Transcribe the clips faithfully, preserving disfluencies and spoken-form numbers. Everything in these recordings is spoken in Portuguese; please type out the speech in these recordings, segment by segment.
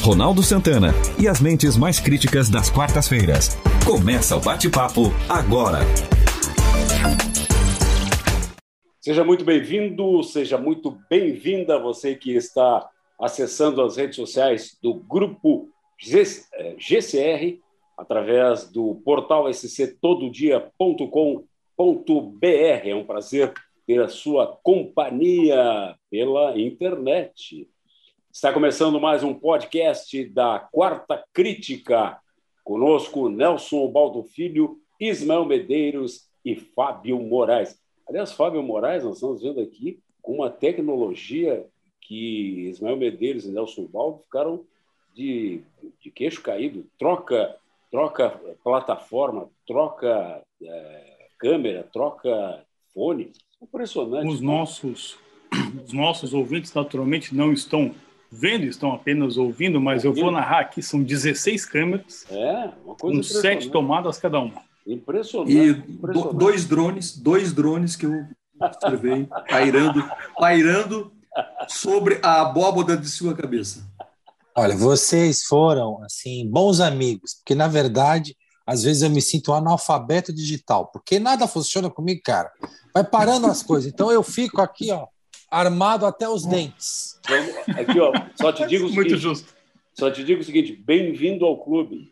Ronaldo Santana e as mentes mais críticas das quartas-feiras. Começa o bate-papo agora. Seja muito bem-vindo, seja muito bem-vinda você que está acessando as redes sociais do Grupo G C R através do portal s c todo dia ponto com ponto b r. É um prazer ter a sua companhia pela internet. Está começando mais um podcast da Quarta Crítica. Conosco, Nelson Ubaldo Filho, Ismael Medeiros e Fábio Moraes. Aliás, Fábio Moraes, nós estamos vendo aqui com uma tecnologia que Ismael Medeiros e Nelson Ubaldo ficaram de, de queixo caído. Troca, troca plataforma, troca é, câmera, troca fone. Impressionante. Os nossos, os nossos ouvintes, naturalmente, não estão vendo, estão apenas ouvindo, mas ouvindo. Eu vou narrar aqui, são dezesseis câmeras, é, uma coisa com sete tomadas cada uma. Impressionante. E impressionante. dois drones, dois drones que eu observei pairando, pairando sobre a abóboda de sua cabeça. Olha, vocês foram, assim, bons amigos, porque, na verdade, às vezes eu me sinto um analfabeto digital, porque nada funciona comigo, cara. Vai parando as coisas. Então eu fico aqui, ó, armado até os dentes. Aqui, ó, só te digo o seguinte, muito justo. Só te digo o seguinte, bem-vindo ao clube.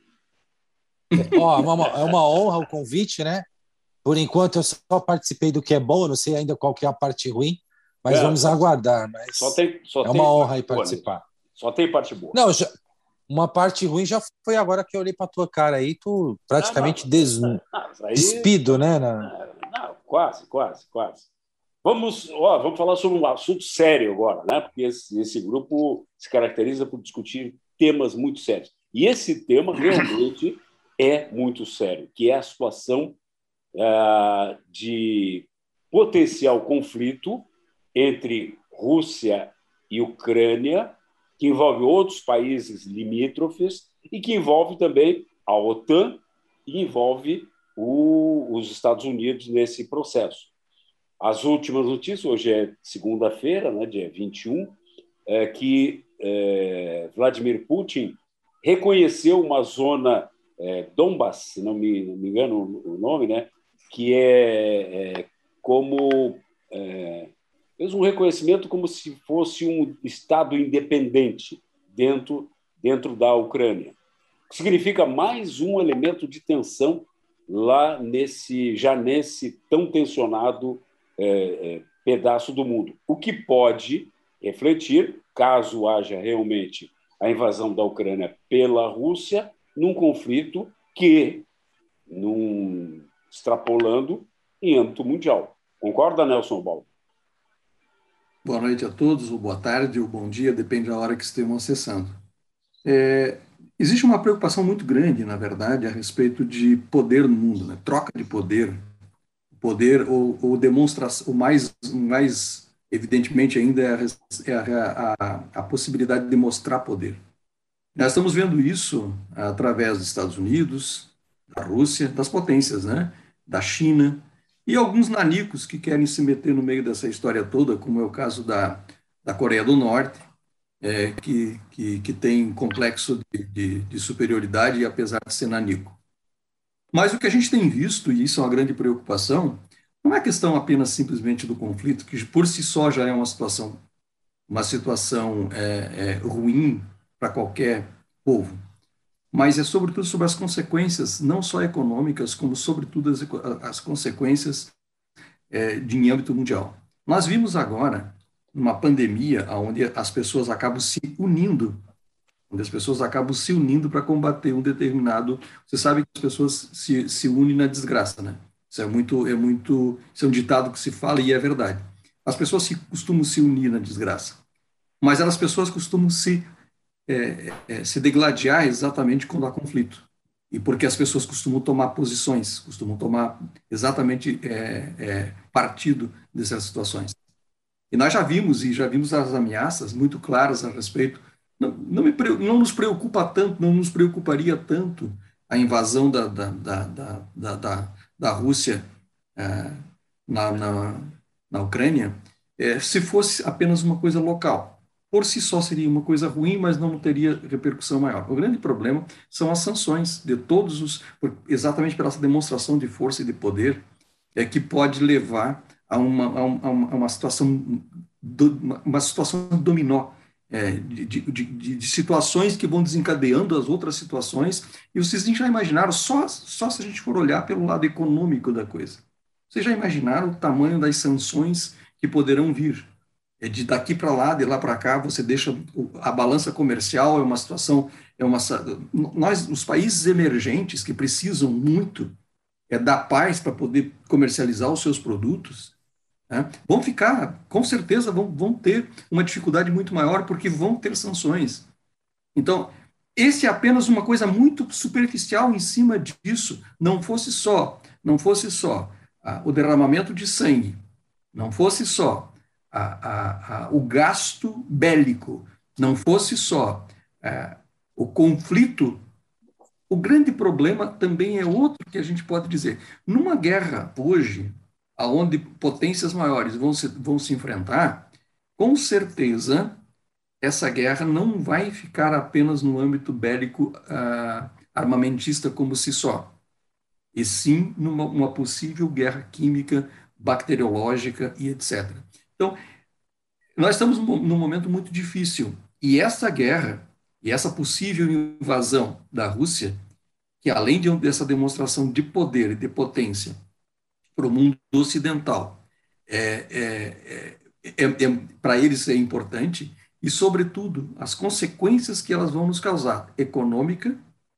Ó, é uma, é uma honra o convite, né? Por enquanto eu só participei do que é bom, eu não sei ainda qual que é a parte ruim, mas é, vamos aguardar. Mas só tem, só é tem uma honra aí boa, participar. Né? Só tem parte boa. Não, já, uma parte ruim já foi agora que eu olhei para tua cara aí, tu praticamente não, des, não, aí, despido, né? Na... Não, quase, quase, quase. Vamos, ó, vamos falar sobre um assunto sério agora, né? Porque esse, esse grupo se caracteriza por discutir temas muito sérios. E esse tema realmente é muito sério, que é a situação uh, de potencial conflito entre Rússia e Ucrânia, que envolve outros países limítrofes e que envolve também a OTAN e envolve o, os Estados Unidos nesse processo. As últimas notícias, hoje é segunda-feira, né, dia vinte e um, é que é, Vladimir Putin reconheceu uma zona, é, Donbass, se não me, não me engano o nome, né, que é, é como... É, fez um reconhecimento como se fosse um Estado independente dentro, dentro da Ucrânia. Que significa mais um elemento de tensão lá nesse, já nesse tão tensionado É, é, pedaço do mundo, o que pode refletir, caso haja realmente a invasão da Ucrânia pela Rússia, num conflito que, num, extrapolando, em âmbito mundial. Concorda, Nelson Ubaldo? Boa noite a todos, ou boa tarde, ou bom dia, depende da hora que estejam acessando. É, existe uma preocupação muito grande, na verdade, a respeito de poder no mundo, né? Troca de poder, poder ou, ou demonstração, o mais, mais evidentemente ainda é, a, é a, a, a possibilidade de demonstrar poder. Nós estamos vendo isso através dos Estados Unidos, da Rússia, das potências, né? Da China, e alguns nanicos que querem se meter no meio dessa história toda, como é o caso da, da Coreia do Norte, é, que, que, que tem complexo de, de, de superioridade, apesar de ser nanico. Mas o que a gente tem visto, e isso é uma grande preocupação, não é questão apenas simplesmente do conflito, que por si só já é uma situação, uma situação é, é, ruim para qualquer povo, mas é sobretudo sobre as consequências, não só econômicas, como sobretudo as, as consequências é, de em âmbito mundial. Nós vimos agora, numa pandemia, onde as pessoas acabam se unindo, onde as pessoas acabam se unindo para combater um determinado... Você sabe que as pessoas se, se unem na desgraça, né? Isso é muito, é muito... Isso é um ditado que se fala e é verdade. As pessoas se, costumam se unir na desgraça, mas as pessoas costumam se, é, é, se degladiar exatamente quando há conflito. E porque as pessoas costumam tomar posições, costumam tomar exatamente é, é, partido dessas situações. E nós já vimos, e já vimos as ameaças muito claras a respeito. Não, não, me, não nos preocupa tanto, não nos preocuparia tanto a invasão da, da, da, da, da, da, da Rússia é, na, na, na Ucrânia é, se fosse apenas uma coisa local. por si só seria uma coisa ruim, mas não teria repercussão maior. O grande problema são as sanções de todos os, exatamente pela essa demonstração de força e de poder, é que pode levar a uma, a uma, a uma situação, uma situação dominó, é, de, de, de, de situações que vão desencadeando as outras situações, e vocês já imaginaram, só, só se a gente for olhar pelo lado econômico da coisa, vocês já imaginaram o tamanho das sanções que poderão vir? É de daqui para lá, de lá para cá, você deixa a balança comercial, é uma situação, é uma, nós, os países emergentes que precisam muito é dar paz para poder comercializar os seus produtos, né, vão ficar, com certeza, vão, vão ter uma dificuldade muito maior porque vão ter sanções. Então, esse é apenas uma coisa muito superficial em cima disso. Não fosse só, não fosse só ah, o derramamento de sangue, não fosse só A, a, a, o gasto bélico, não fosse só é, o conflito, o grande problema também é outro que a gente pode dizer. Numa guerra hoje, onde potências maiores vão se, vão se enfrentar, com certeza essa guerra não vai ficar apenas no âmbito bélico uh, armamentista como si só, e sim numa uma possível guerra química, bacteriológica e etcétera. Então, nós estamos num momento muito difícil. E essa guerra, e essa possível invasão da Rússia, que além de dessa demonstração de poder e de potência para o mundo ocidental, é, é, é, é, é, para eles é importante, e, sobretudo, as consequências que elas vão nos causar, econômica,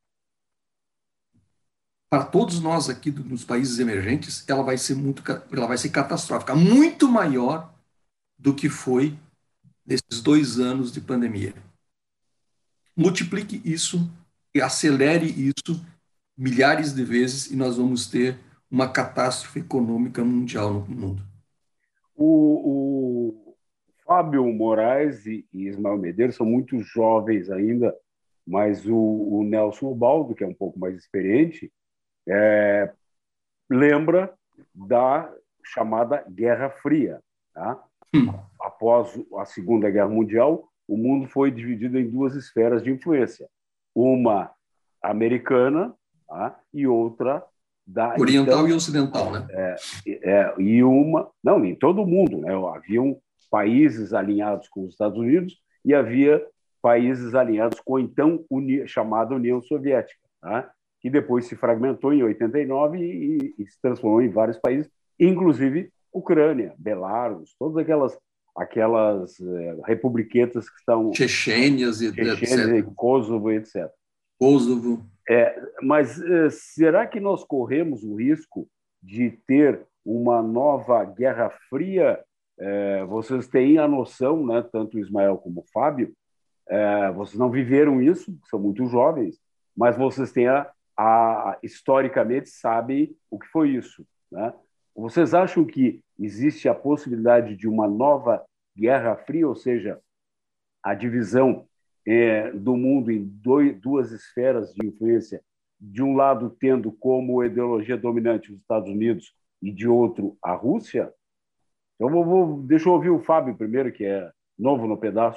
para todos nós aqui nos países emergentes, ela vai ser muito, ela vai ser catastrófica, muito maior do que foi nesses dois anos de pandemia. Multiplique isso e acelere isso milhares de vezes e nós vamos ter uma catástrofe econômica mundial no mundo. O, o Fábio Moraes e, e Ismael Medeiros são muito jovens ainda, mas o, o Nelson Ubaldo, que é um pouco mais experiente, é, lembra da chamada Guerra Fria, tá? Hum. Após a Segunda Guerra Mundial, o mundo foi dividido em duas esferas de influência. Uma americana, tá? E outra da... Oriental então, e ocidental, né? É, é, e uma... Não, em todo mundo, né? Haviam países alinhados com os Estados Unidos e havia países alinhados com a então uni, chamada União Soviética, tá? Que depois se fragmentou em oitenta e nove e, e se transformou em vários países, inclusive Ucrânia, Belarus, todas aquelas, aquelas é, republiquetas que estão... Chechênias e Chechênia, Kosovo, etcétera. Kosovo. É, mas é, será que nós corremos o risco de ter uma nova Guerra Fria? É, vocês têm a noção, né, tanto o Ismael como o Fábio, é, vocês não viveram isso, são muito jovens, mas vocês têm a, a, historicamente sabem o que foi isso, né? Vocês acham que existe a possibilidade de uma nova Guerra Fria, ou seja, a divisão é, do mundo em dois, duas esferas de influência, de um lado tendo como ideologia dominante os Estados Unidos e de outro a Rússia? Então, vou, vou, deixa eu ouvir o Fábio primeiro, que é novo no pedaço.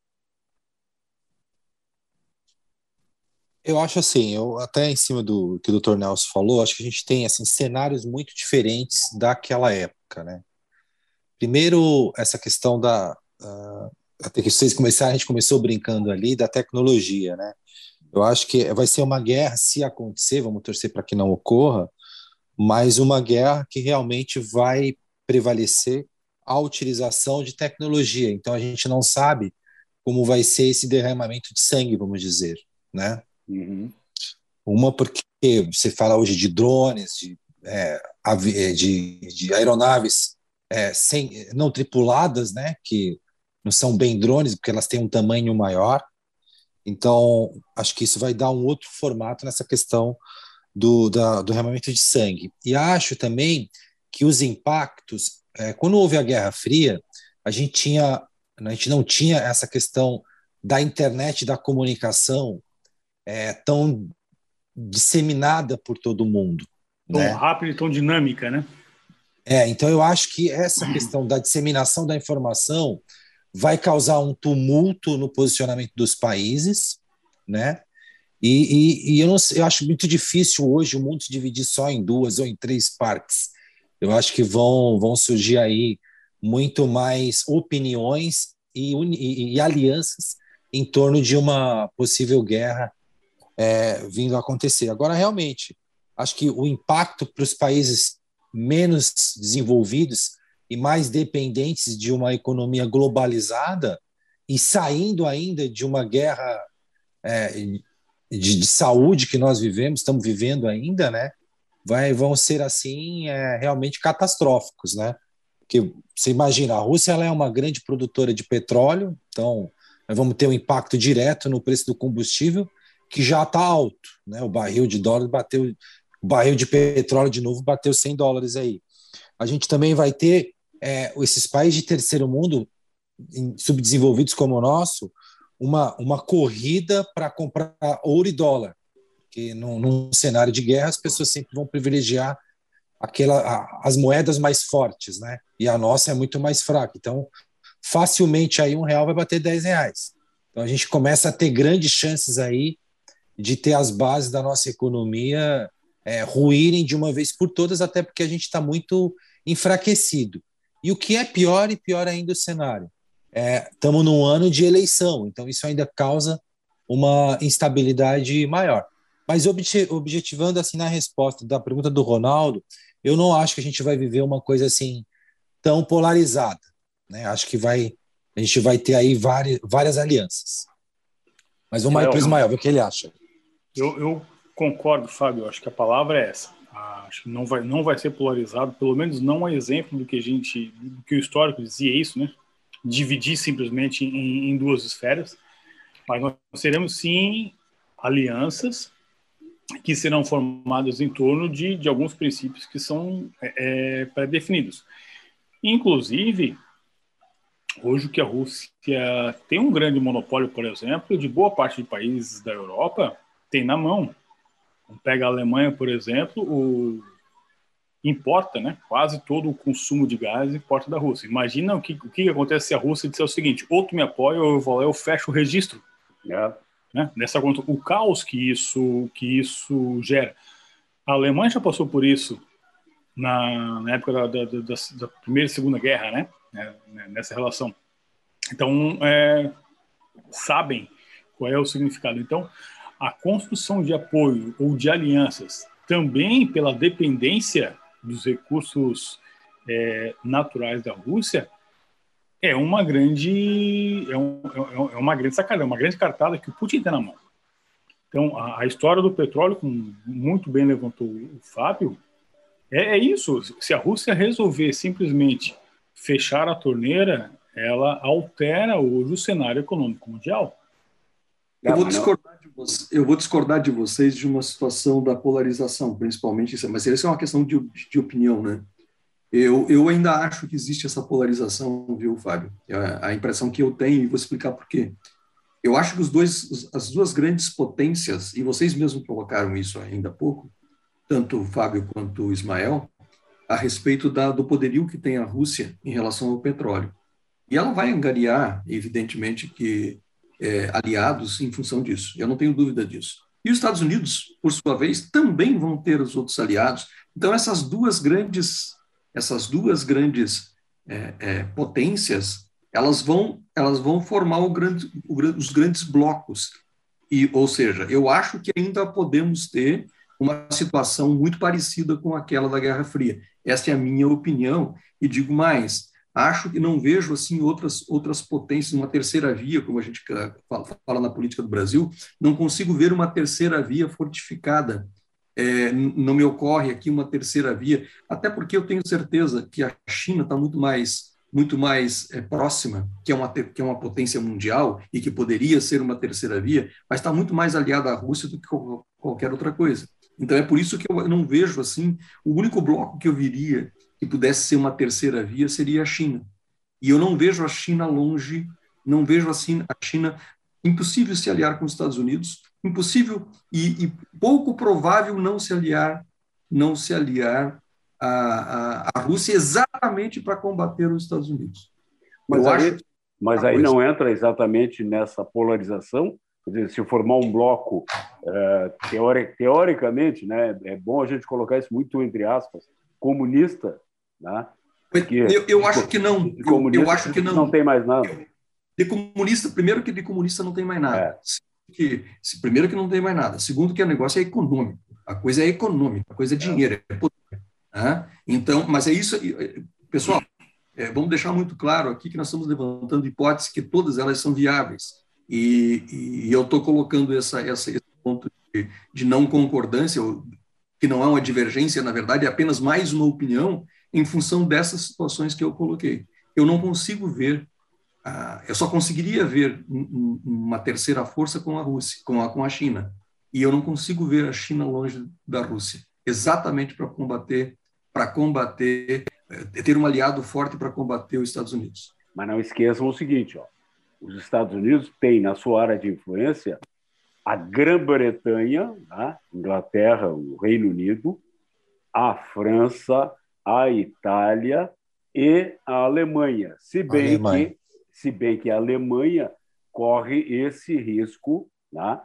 Eu acho assim, eu, até em cima do que o doutor Nelson falou, acho que a gente tem assim, cenários muito diferentes daquela época, né? Primeiro, essa questão da... Uh, até que vocês começaram, a gente começou brincando ali, da tecnologia, né? Eu acho que vai ser uma guerra, se acontecer, vamos torcer para que não ocorra, mas uma guerra que realmente vai prevalecer a utilização de tecnologia. Então, a gente não sabe como vai ser esse derramamento de sangue, vamos dizer, né? Uhum. Uma porque você fala hoje de drones, de, é, de, de aeronaves é, sem, não tripuladas, né, que não são bem drones, porque elas têm um tamanho maior. Então, acho que isso vai dar um outro formato nessa questão do, da, do derramamento de sangue. E acho também que os impactos, é, quando houve a Guerra Fria, a gente, tinha, a gente não tinha essa questão da internet, da comunicação, É, tão disseminada por todo mundo. Tão né? rápida e tão dinâmica, né? É, então eu acho que essa questão da disseminação da informação vai causar um tumulto no posicionamento dos países, né? E, e, e eu, não sei, eu acho muito difícil hoje o mundo se dividir só em duas ou em três partes. Eu acho que vão, vão surgir aí muito mais opiniões e, e, e alianças em torno de uma possível guerra é, vindo a acontecer. Agora, realmente, acho que o impacto para os países menos desenvolvidos e mais dependentes de uma economia globalizada e saindo ainda de uma guerra é, de, de saúde que nós vivemos, estamos vivendo ainda, né? Vai, vão ser assim é, realmente catastróficos, né? Porque você imagina, a Rússia ela é uma grande produtora de petróleo, então nós vamos ter um impacto direto no preço do combustível, que já está alto, né? O barril de dólar bateu, o barril de petróleo de novo bateu cem dólares aí. A gente também vai ter é, esses países de terceiro mundo, subdesenvolvidos como o nosso, uma, uma corrida para comprar ouro e dólar, porque num, num cenário de guerra as pessoas sempre vão privilegiar aquela, a, as moedas mais fortes, né? E a nossa é muito mais fraca. Então, facilmente aí um real vai bater dez reais. Então, a gente começa a ter grandes chances aí de ter as bases da nossa economia é, ruírem de uma vez por todas, até porque a gente está muito enfraquecido. E o que é pior, e pior ainda o cenário, estamos é, num ano de eleição, então isso ainda causa uma instabilidade maior. Mas objetivando assim na resposta da pergunta do Ronaldo, eu não acho que a gente vai viver uma coisa assim tão polarizada, né? Acho que vai, a gente vai ter aí várias, várias alianças. Mas vamos aí para o Ismael, ver o que ele acha. Eu, eu concordo, Fábio, acho que a palavra é essa. Acho que não vai, não vai ser polarizado, pelo menos não a exemplo do que a gente, do que o histórico dizia isso, né? Dividir simplesmente em, em duas esferas, mas nós teremos sim alianças que serão formadas em torno de, de alguns princípios que são é, pré-definidos. Inclusive, hoje que a Rússia tem um grande monopólio, por exemplo, de boa parte de países da Europa, tem na mão. Pega a Alemanha, por exemplo, o... importa, né? Quase todo o consumo de gás importa da Rússia. Imagina o que, o que acontece se a Rússia disser o seguinte: ou tu me apoia ou eu vou lá, eu fecho o registro. É. Né? Nessa conta, o caos que isso, que isso gera. A Alemanha já passou por isso na, na época da, da, da, da Primeira e Segunda Guerra, né? É, nessa relação. Então, é, sabem qual é o significado. Então, a construção de apoio ou de alianças, também pela dependência dos recursos é, naturais da Rússia, é uma grande é, um, é uma grande sacada, é uma grande cartada que o Putin tem na mão. Então, a, a história do petróleo, como muito bem levantou o Fábio, é, é isso. Se a Rússia resolver simplesmente fechar a torneira, ela altera hoje o cenário econômico mundial. Eu vou, discordar de vocês, eu vou discordar de vocês de uma situação da polarização, principalmente, mas isso é uma questão de, de opinião, né? Eu, eu ainda acho que existe essa polarização, viu, Fábio? A, a impressão que eu tenho, e vou explicar por quê. Eu acho que os dois, as duas grandes potências, e vocês mesmos colocaram isso ainda há pouco, tanto o Fábio quanto o Ismael, a respeito da, do poderio que tem a Rússia em relação ao petróleo. E ela vai angariar, evidentemente, que É, aliados em função disso. Eu não tenho dúvida disso. E os Estados Unidos, por sua vez, também vão ter os outros aliados. Então, essas duas grandes, essas duas grandes é, é, potências, elas vão, elas vão formar o grande, o, os grandes blocos. E, ou seja, eu acho que ainda podemos ter uma situação muito parecida com aquela da Guerra Fria. Essa é a minha opinião. E digo mais, acho que não vejo assim outras outras potências, uma terceira via, como a gente fala, fala na política do Brasil, não consigo ver uma terceira via fortificada. É, não me ocorre aqui uma terceira via, até porque eu tenho certeza que a China está muito mais muito mais é, próxima, que é uma que é uma potência mundial e que poderia ser uma terceira via, mas está muito mais aliada à Rússia do que qualquer outra coisa. Então é por isso que eu não vejo assim o único bloco que eu viria que pudesse ser uma terceira via seria a China. E eu não vejo a China longe, não vejo assim a China impossível se aliar com os Estados Unidos, impossível e, e pouco provável não se aliar, não se aliar à, à, à Rússia exatamente para combater os Estados Unidos. Mas eu aí, acho Mas aí não entra exatamente nessa polarização. Quer dizer, se formar um bloco, é, teori, teoricamente, né, é bom a gente colocar isso muito entre aspas, comunista, né? Porque eu, eu acho que não. Eu, eu acho que não. Não tem mais nada. De comunista, primeiro que de comunista não tem mais nada. É. Que, primeiro que não tem mais nada. Segundo que o negócio é econômico. A coisa é econômica, a coisa é dinheiro, é poder. Né? Então, mas é isso. Pessoal, é, vamos deixar muito claro aqui que nós estamos levantando hipóteses que todas elas são viáveis. E, e eu estou colocando essa, essa, esse ponto de, de não concordância, que não é uma divergência, na verdade, é apenas mais uma opinião em função dessas situações que eu coloquei. Eu não consigo ver, ah, eu só conseguiria ver um, uma terceira força com a Rússia, com a, com a China, e eu não consigo ver a China longe da Rússia, exatamente para combater, para combater, ter um aliado forte para combater os Estados Unidos. Mas não esqueçam o seguinte, ó, os Estados Unidos têm na sua área de influência a Grã-Bretanha, a Inglaterra, o Reino Unido, a França, a Itália e a Alemanha. Se bem, Alemanha. Que, se bem que a Alemanha corre esse risco, né,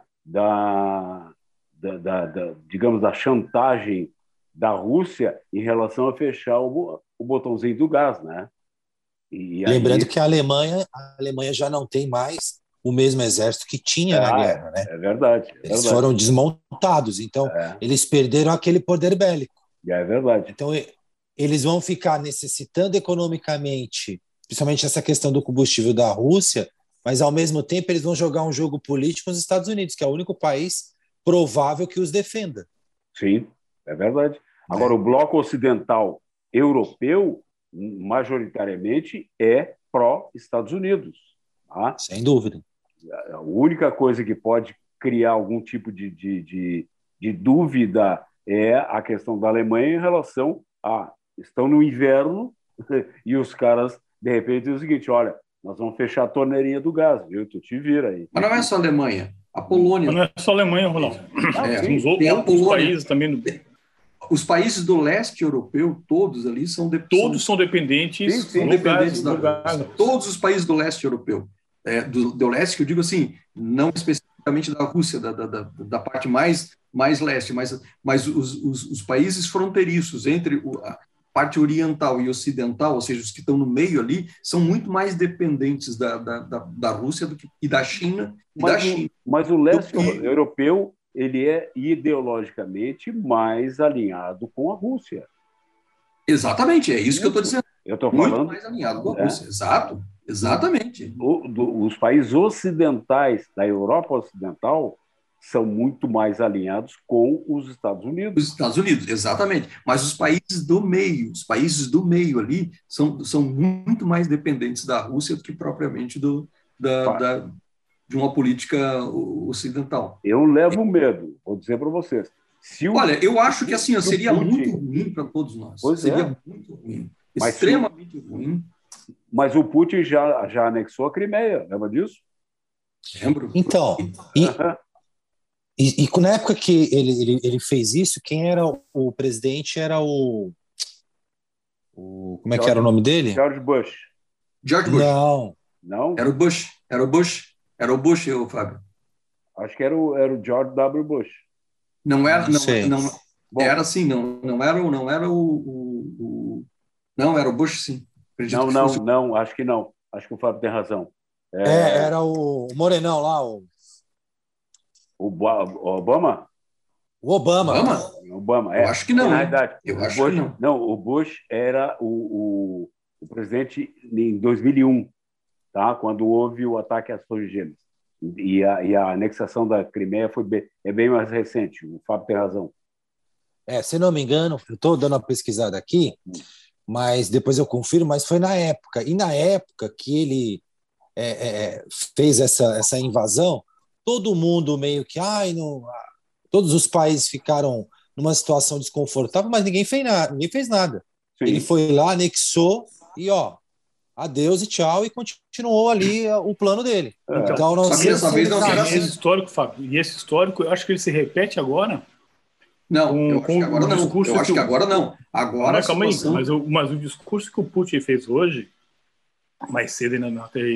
da, da, da, da, digamos, da chantagem da Rússia em relação a fechar o, o botãozinho do gás, né? E Lembrando aí... que a Alemanha, a Alemanha já não tem mais o mesmo exército que tinha ah, na guerra, né? É verdade. É eles verdade. foram desmontados, então é. eles perderam aquele poder bélico. É verdade. Então eles vão ficar necessitando economicamente, principalmente essa questão do combustível da Rússia, mas ao mesmo tempo eles vão jogar um jogo político com os Estados Unidos, que é o único país provável que os defenda. Sim, é verdade. Agora, é. o bloco ocidental europeu majoritariamente é pró-Estados Unidos. Tá? Sem dúvida. A única coisa que pode criar algum tipo de, de, de, de dúvida é a questão da Alemanha em relação a estão no inverno e os caras, de repente, dizem o seguinte, olha, nós vamos fechar a torneirinha do gás, viu? Tu te vira aí. Mas não é só a Alemanha, a Polônia... Mas não é só a Alemanha, Ronaldo. Ah, é, sim, os outros, outros países também... No... Os países do leste europeu, todos ali, são... De... Todos são dependentes, sim, sim, são dependentes gás, da gás. Todos os países do leste europeu. É, do, do leste, que eu digo assim, não especificamente da Rússia, da, da, da parte mais, mais leste, mas, mas os, os, os países fronteiriços entre o, a parte oriental e ocidental, ou seja, os que estão no meio ali, são muito mais dependentes da, da, da, da Rússia do que, e da China. E mas, da China. O, mas o leste que... europeu ele é ideologicamente mais alinhado com a Rússia. Exatamente, é isso, isso. que eu estou dizendo. Eu estou falando... Muito mais alinhado com a é. Rússia, exato. Exatamente. O, do, os países ocidentais da Europa Ocidental são muito mais alinhados com os Estados Unidos. Os Estados Unidos, exatamente. Mas os países do meio, os países do meio ali, são, são muito mais dependentes da Rússia do que propriamente do, da, da, de uma política ocidental. Eu levo medo, vou dizer para vocês. Se o, Olha, eu acho que assim, seria Putin, muito ruim para todos nós. Pois seria é. muito ruim. Mas extremamente se... ruim. Mas o Putin já, já anexou a Crimeia, lembra disso? Lembro. Então, e, e, e na época que ele, ele, ele fez isso, quem era o, o presidente era o, o... Como é George, que era o nome dele? George Bush. George Bush. Não. Não? Era o Bush. Era o Bush. Era o Bush, eu, Fábio. Acho que era o, era o George W. Bush. Não era... Não, não, não, era assim, não, não era, não era o, o, o... Não, era o Bush, sim. Acredito não, não, fosse... não, acho que não. Acho que o Fábio tem razão. É, é era o Morenão lá, o... O, o Obama? O Obama. Obama? Obama, é. Eu acho que não. Na verdade, eu o acho Bush, que não. Não, o Bush era o, o, o presidente em dois mil e um, tá? Quando houve o ataque às Torres Gêmeas. E a, e a anexação da Crimeia foi bem, é bem mais recente. O Fábio tem razão. É, se não me engano, eu estou dando uma pesquisada aqui, mas depois eu confiro, mas foi na época. E na época que ele é, é, fez essa, essa invasão, todo mundo meio que... Ai, não, todos os países ficaram numa situação desconfortável, mas ninguém fez nada. Ninguém fez nada. Sim. Ele foi lá, anexou e, ó, adeus e tchau, e continuou ali o plano dele. É. Então, não Só sei dessa se vez não será assim. Esse histórico, Fábio, e esse histórico, eu acho que ele se repete agora. Não, com, eu acho que agora não. Eu acho que, que o... agora não. Agora não, calma situação... aí, mas o, mas o discurso que o Putin fez hoje, mais cedo ainda na,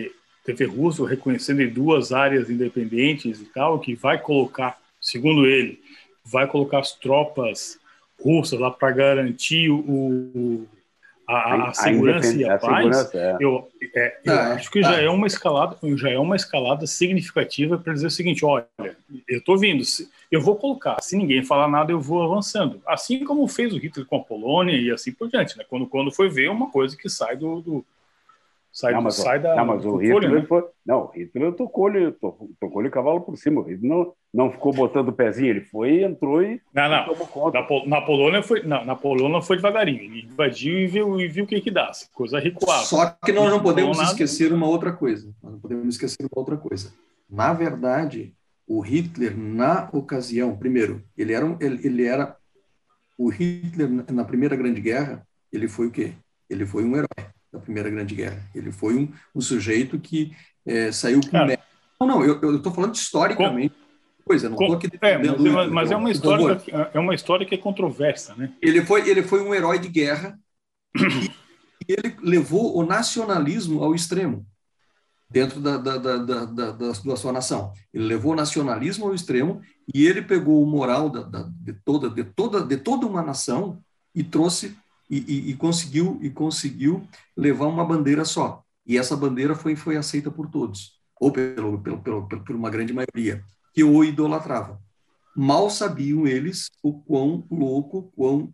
T V russo reconhecendo em duas áreas independentes e tal, que vai colocar, segundo ele, vai colocar as tropas russas lá para garantir o, o a, a segurança e a, a paz. Segurança, é. Eu, é, eu ah, acho que já ah. é uma escalada, já é uma escalada significativa para dizer o seguinte: olha, eu estou vindo, eu vou colocar, se ninguém falar nada, eu vou avançando. Assim como fez o Hitler com a Polônia e assim por diante, né? Quando, quando foi ver uma coisa que sai do, do Sai, não, mas, sai da. Não, mas o Hitler folha, né? foi. Não, o Hitler tocou-lhe tocou-lhe o cavalo por cima. O Hitler não, não ficou botando o pezinho, ele foi, entrou e. Não, não. Tomou conta. Na, na, Polônia foi, não, na Polônia foi devagarinho. Ele invadiu e viu, e viu o que que dá. Coisa recuada. Só que nós não podemos esquecer uma outra coisa. Nós não podemos esquecer uma outra coisa. Na verdade, o Hitler, na ocasião, primeiro, ele era. Um, ele, ele era o Hitler, na Primeira Grande Guerra, ele foi o quê? Ele foi um herói da Primeira Grande Guerra. Ele foi um, um sujeito que é, saiu com... Cara, não, não, eu estou falando historicamente. Com, coisa, não estou aqui defendendo... É, mas, mas é, uma história que, é uma história que é controversa, né? Ele foi, ele foi um herói de guerra e ele levou o nacionalismo ao extremo dentro da, da, da, da, da, da sua nação. Ele levou o nacionalismo ao extremo e ele pegou o moral da, da, de, toda, de, toda, de toda uma nação e trouxe E, e, e conseguiu e conseguiu levar uma bandeira só. E essa bandeira foi, foi aceita por todos, ou pelo, pelo, pelo, por uma grande maioria, que o idolatrava. Mal sabiam eles o quão louco, quão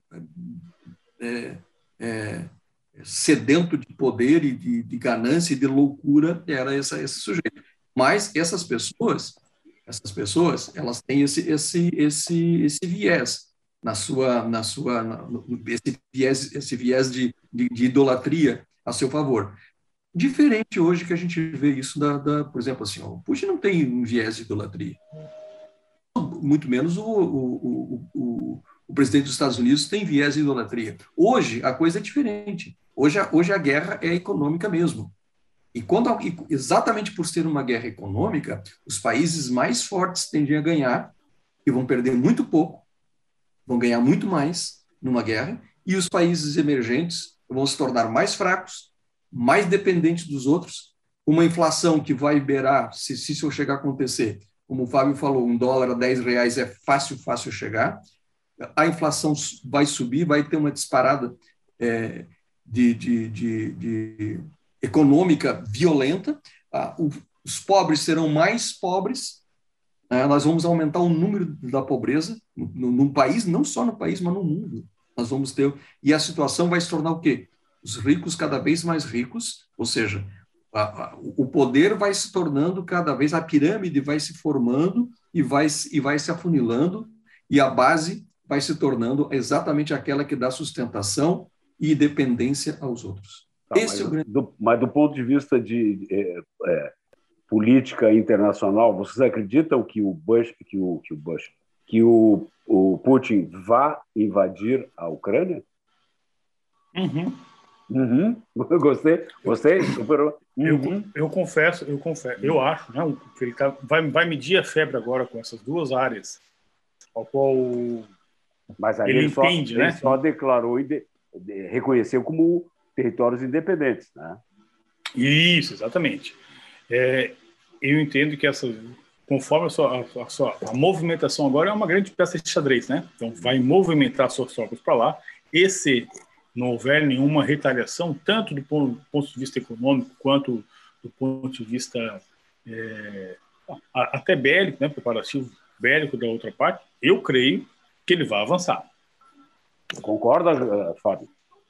é, é, sedento de poder e de, de ganância e de loucura era essa, esse sujeito. Mas essas pessoas, essas pessoas, elas têm esse, esse, esse, esse viés. na sua, na sua na, esse viés, esse viés de, de, de idolatria a seu favor. Diferente hoje que a gente vê isso, da, da por exemplo, assim, ó, o Putin não tem um viés de idolatria. Muito menos o, o, o, o, o presidente dos Estados Unidos tem viés de idolatria. Hoje, a coisa é diferente. Hoje, a, hoje a guerra é econômica mesmo. E quando, exatamente por ser uma guerra econômica, os países mais fortes tendem a ganhar e vão perder muito pouco, vão ganhar muito mais numa guerra, e os países emergentes vão se tornar mais fracos, mais dependentes dos outros, uma inflação que vai beirar, se, se isso chegar a acontecer, como o Fábio falou, um dólar a dez reais é fácil, fácil chegar, a inflação vai subir, vai ter uma disparada é, de, de, de, de econômica violenta, ah, o, os pobres serão mais pobres, nós vamos aumentar o número da pobreza no, no país, não só no país, mas no mundo. Nós vamos ter... E a situação vai se tornar o quê? Os ricos cada vez mais ricos, ou seja, a, a, o poder vai se tornando cada vez... A pirâmide vai se formando e vai, e vai se afunilando, e a base vai se tornando exatamente aquela que dá sustentação e dependência aos outros. Tá, Esse mas, é o grande... do, mas do ponto de vista de... É, é... política internacional, vocês acreditam que o Bush, que o, que o, Bush, que o, o Putin vá invadir a Ucrânia? Uhum. Uhum. Gostei, gostei. Superou. Uhum. Eu, eu confesso, eu confesso, eu acho, né, que ele tá, vai, vai medir a febre agora com essas duas áreas, ao qual Mas aí ele, ele entende, só, né? Ele só declarou e de, de, reconheceu como territórios independentes, né? Isso, exatamente. É, eu entendo que essa, conforme a sua, a, sua, a movimentação agora é uma grande peça de xadrez, né? Então vai movimentar suas tropas para lá. E se não houver nenhuma retaliação, tanto do ponto, do ponto de vista econômico quanto do ponto de vista é, até bélico, né? Preparativo bélico da outra parte, eu creio que ele vai avançar. Concorda, Fábio?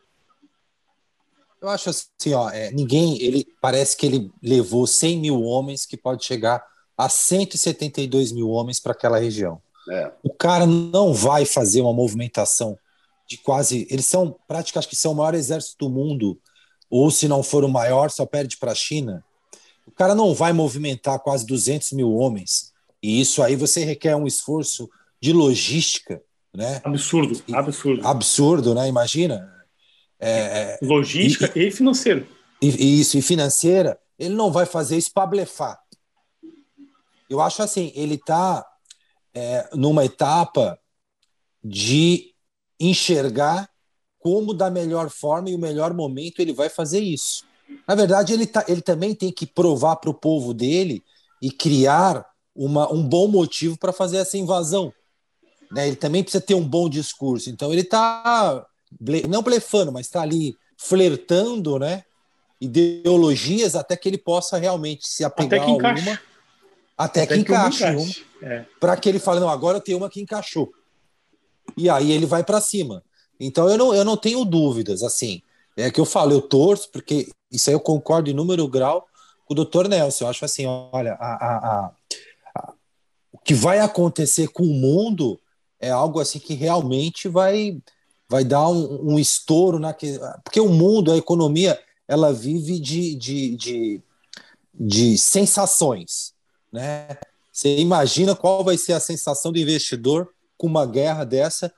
Eu acho assim, ó, é, ninguém, ele parece que ele levou cem mil homens, que pode chegar a cento e setenta e dois mil homens para aquela região. É. O cara não vai fazer uma movimentação de quase, eles são, praticamente, acho que são o maior exército do mundo, ou se não for o maior, só perde para a China. O cara não vai movimentar quase duzentos mil homens, e isso aí você requer um esforço de logística, né? Absurdo, absurdo. Absurdo, né? Imagina. É, logística e, e financeira. E, isso, e financeira, ele não vai fazer isso para blefar. Eu acho assim, ele está é, numa etapa de enxergar como da melhor forma e o melhor momento ele vai fazer isso. Na verdade, ele, tá, ele também tem que provar para o povo dele e criar uma, um bom motivo para fazer essa invasão. Né? Ele também precisa ter um bom discurso. Então, ele está, não blefando, mas está ali flertando, né? Ideologias até que ele possa realmente se apegar até que a encaixe. uma. Até, até que, que encaixe, encaixe. uma. É. Para que ele fale, não, agora eu tenho uma que encaixou. E aí ele vai para cima. Então, eu não, eu não tenho dúvidas, assim. É que eu falo, eu torço, porque isso aí eu concordo em número grau com o doutor Nelson. Eu acho assim, olha, a, a, a, a, o que vai acontecer com o mundo é algo assim que realmente vai, vai dar um, um estouro na que, porque o mundo, a economia, ela vive de, de, de, de sensações, né? Você imagina qual vai ser a sensação do investidor com uma guerra dessa,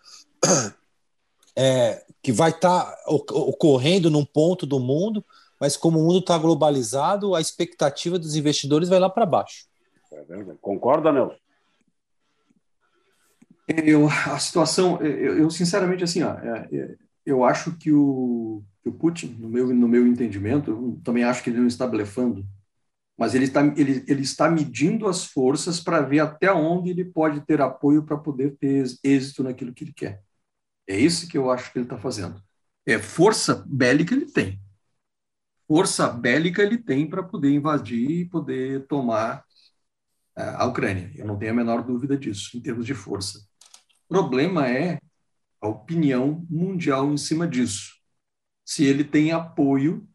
é, que vai estar tá ocorrendo num ponto do mundo, mas como o mundo está globalizado, a expectativa dos investidores vai lá para baixo. Concorda, Nelson? Eu, a situação, eu, eu sinceramente, assim, ó, é, eu acho que o, que o Putin, no meu, no meu entendimento, eu também acho que ele não está blefando, mas ele está, ele, ele está medindo as forças para ver até onde ele pode ter apoio para poder ter êxito naquilo que ele quer. É isso que eu acho que ele está fazendo. É, força bélica ele tem. Força bélica ele tem para poder invadir e poder tomar uh, a Ucrânia. Eu não tenho a menor dúvida disso, em termos de força. O problema é a opinião mundial em cima disso. Se ele tem apoio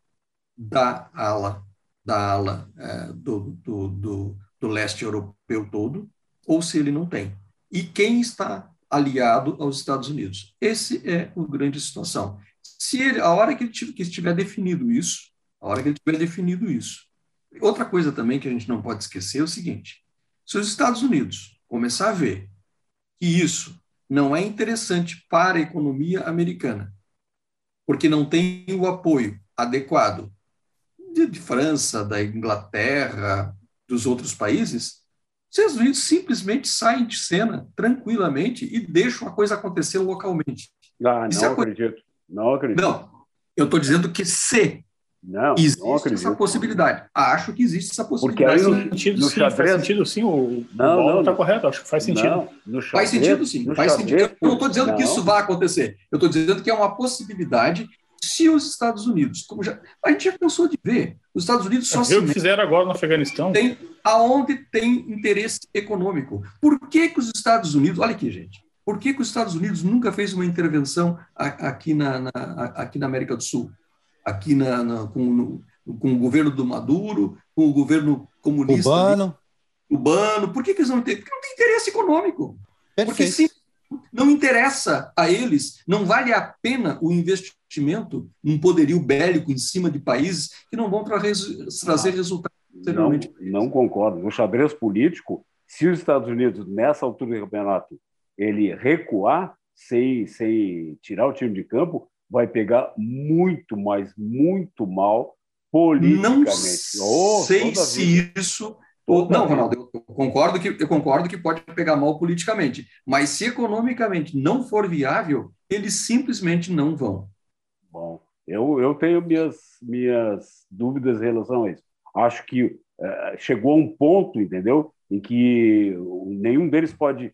da ala, da ala uh, do, do, do, do leste europeu todo, ou se ele não tem. E quem está aliado aos Estados Unidos. Esse é o grande situação. Se ele, a hora que ele tiver, que estiver definido isso, a hora que ele tiver definido isso. Outra coisa também que a gente não pode esquecer é o seguinte: se os Estados Unidos começar a ver que isso não é interessante para a economia americana, porque não tem o apoio adequado de, de França, da Inglaterra, dos outros países, os Estados Unidos simplesmente saem de cena tranquilamente e deixam a coisa acontecer localmente. Ah, não acredito. Coisa... Não acredito. Não, eu estou dizendo que se não, existe não acredito. essa possibilidade. Acho que existe essa possibilidade. Porque aí no, sentido, no sim, xadrez... faz sentido sim, o não está correto, acho que faz sentido. Não, no xadrez, faz sentido sim, faz xadrez, sentido. Eu não estou dizendo não. que isso vai acontecer, eu estou dizendo que é uma possibilidade se os Estados Unidos, como já, a gente já cansou de ver, os Estados Unidos só se... o que fizeram agora no Afeganistão. Tem, aonde tem interesse econômico. Por que que os Estados Unidos... Olha aqui, gente. Por que que os Estados Unidos nunca fez uma intervenção aqui na, na, aqui na América do Sul? Aqui na, na, com, no, com o governo do Maduro, com o governo comunista... Cubano. Cubano. Por que que eles não têm? Porque não tem interesse econômico. Perfeito. Porque se não interessa a eles, não vale a pena o investimento num poderio bélico em cima de países que não vão tra trazer resultados. Não, não concordo. No xadrez político, se os Estados Unidos, nessa altura do campeonato, ele recuar sem, sem tirar o time de campo, vai pegar muito mais, muito mal politicamente. Não sei se isso... Não, Ronaldo, eu concordo, que, eu concordo que pode pegar mal politicamente, mas se economicamente não for viável, eles simplesmente não vão. Bom, eu, eu tenho minhas, minhas dúvidas em relação a isso. Acho que uh, chegou a um ponto, entendeu, em que nenhum deles pode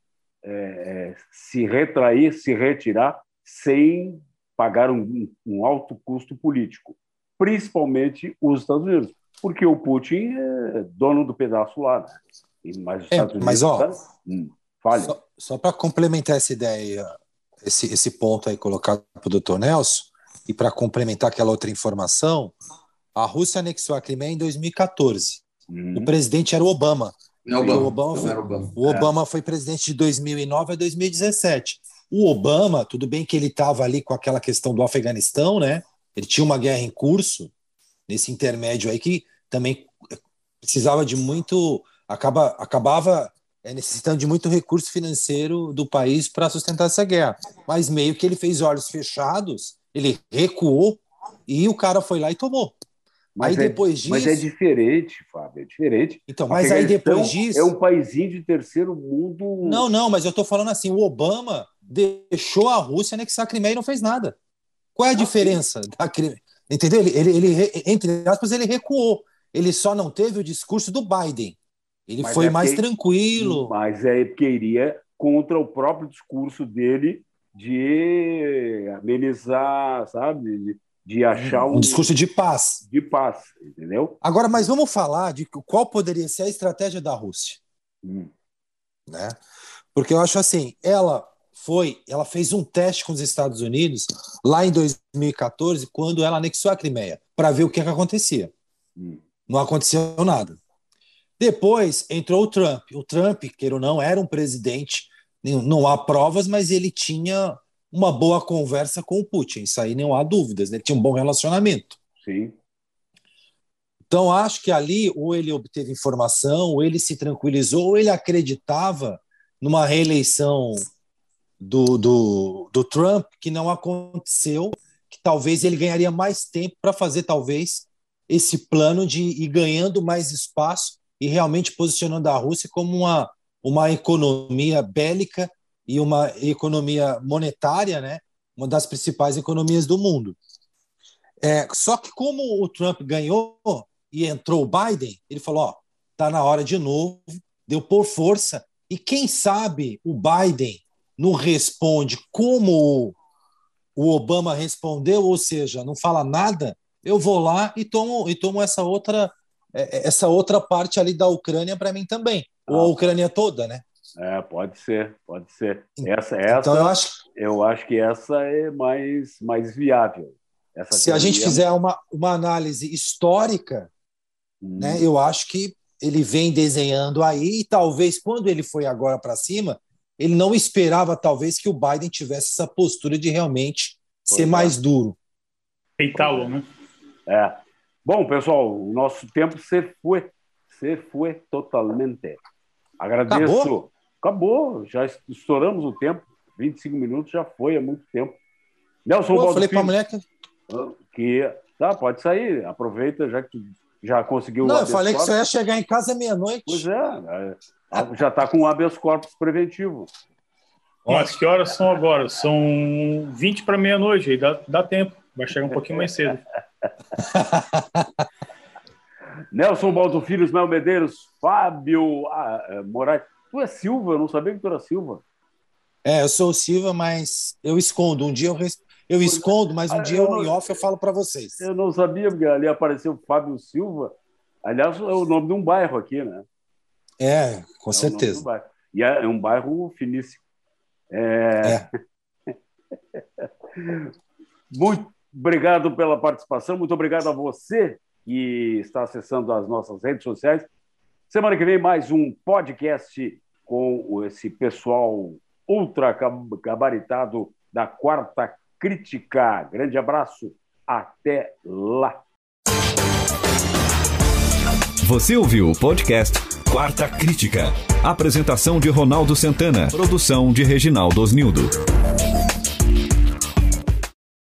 uh, se retrair, se retirar, sem pagar um, um alto custo político, principalmente os Estados Unidos. Porque o Putin é dono do pedaço lá, né? Mas, os é, Estados Unidos, mas ó, tá? hum, falha. Só, só para complementar essa ideia, esse, esse ponto aí colocado para o doutor Nelson, e para complementar aquela outra informação, a Rússia anexou a Crimeia em dois mil e quatorze. Hum. O presidente era o Obama. Não, Obama. O Obama, foi, era Obama. O Obama é. foi presidente de dois mil e nove a dois mil e dezessete. O Obama, tudo bem que ele estava ali com aquela questão do Afeganistão, né? Ele tinha uma guerra em curso, nesse intermédio aí, que também precisava de muito, acaba, acabava é, necessitando de muito recurso financeiro do país para sustentar essa guerra. Mas meio que ele fez olhos fechados, ele recuou e o cara foi lá e tomou. Mas aí é, depois disso... Mas é diferente, Fábio, é diferente. Então, mas aí depois disso... É um paísinho de terceiro mundo... Não, não, mas eu estou falando assim, o Obama deixou a Rússia anexar a Crimeia e não fez nada. Qual é a ah, diferença sim. da Crimeia? Entendeu? Ele, ele, ele, entre aspas, ele recuou. Ele só não teve o discurso do Biden. Ele Mas foi é mais porque- tranquilo. Mas é porque iria contra o próprio discurso dele de amenizar, sabe? De, de achar um, Um discurso de paz. de paz, entendeu? Agora, mas vamos falar de qual poderia ser a estratégia da Rússia, Hum. né? Porque eu acho assim, ela foi, ela fez um teste com os Estados Unidos lá em dois mil e quatorze, quando ela anexou a Crimeia, para ver o que, que acontecia. Hum. Não aconteceu nada. Depois entrou o Trump. O Trump, queira ou não, era um presidente, não há provas, mas ele tinha uma boa conversa com o Putin, isso aí não há dúvidas, né? Ele tinha um bom relacionamento. Sim. Então, acho que ali ou ele obteve informação, ou ele se tranquilizou, ou ele acreditava numa reeleição do, do, do Trump que não aconteceu, que talvez ele ganharia mais tempo para fazer, talvez, esse plano de ir ganhando mais espaço e realmente posicionando a Rússia como uma, uma economia bélica e uma economia monetária, né? Uma das principais economias do mundo. É, só que como o Trump ganhou e entrou o Biden, ele falou, ó, tá na hora de novo, deu por força, e quem sabe o Biden não responde como o Obama respondeu, ou seja, não fala nada, eu vou lá e tomo, e tomo essa outra essa outra parte ali da Ucrânia para mim também, ou a Ucrânia toda, né? É, pode ser, pode ser. Essa, essa, então eu acho, eu acho que essa é mais, mais viável. Essa se a gente teoria- fizer uma, uma análise histórica, Hum. né, eu acho que ele vem desenhando aí, e talvez quando ele foi agora para cima, ele não esperava talvez que o Biden tivesse essa postura de realmente Pois ser é. mais duro. Peitá-lo, né? É. Bom, pessoal, o nosso tempo se foi. Se foi totalmente. Agradeço. Acabou? Acabou. Já estouramos o tempo. vinte e cinco minutos já foi há muito tempo. Nelson Pô, eu Baldo falei para a Filho, mulher que... que tá, pode sair. Aproveita, já que tu já conseguiu Não, o eu habeas falei que corpus. só ia chegar em casa meia-noite. Pois é, é, já está com o habeas corpus preventivo. Mas que horas são agora? São vinte para meia-noite, aí dá, dá tempo. Vai chegar um pouquinho mais cedo. Nelson Baldo Filho, Ismael Medeiros, Fábio ah, Moraes. Tu é Silva? Eu não sabia que tu era Silva. É, eu sou o Silva, mas eu escondo. Um dia eu, res... eu escondo, mas um Ah, dia eu eu, não- em off eu falo para vocês. Eu não sabia, porque ali apareceu Fábio Silva. Aliás, é o nome de um bairro aqui, né? É, com É o nome certeza. do bairro. E é um bairro finíssimo. É... É. Muito obrigado pela participação, muito obrigado a você que está acessando as nossas redes sociais. Semana que vem, mais um podcast com esse pessoal ultra gabaritado da Quarta Crítica. Grande abraço, até lá. Você ouviu o podcast Quarta Crítica. Apresentação de Ronaldo Santana. Produção de Reginaldo Osnildo.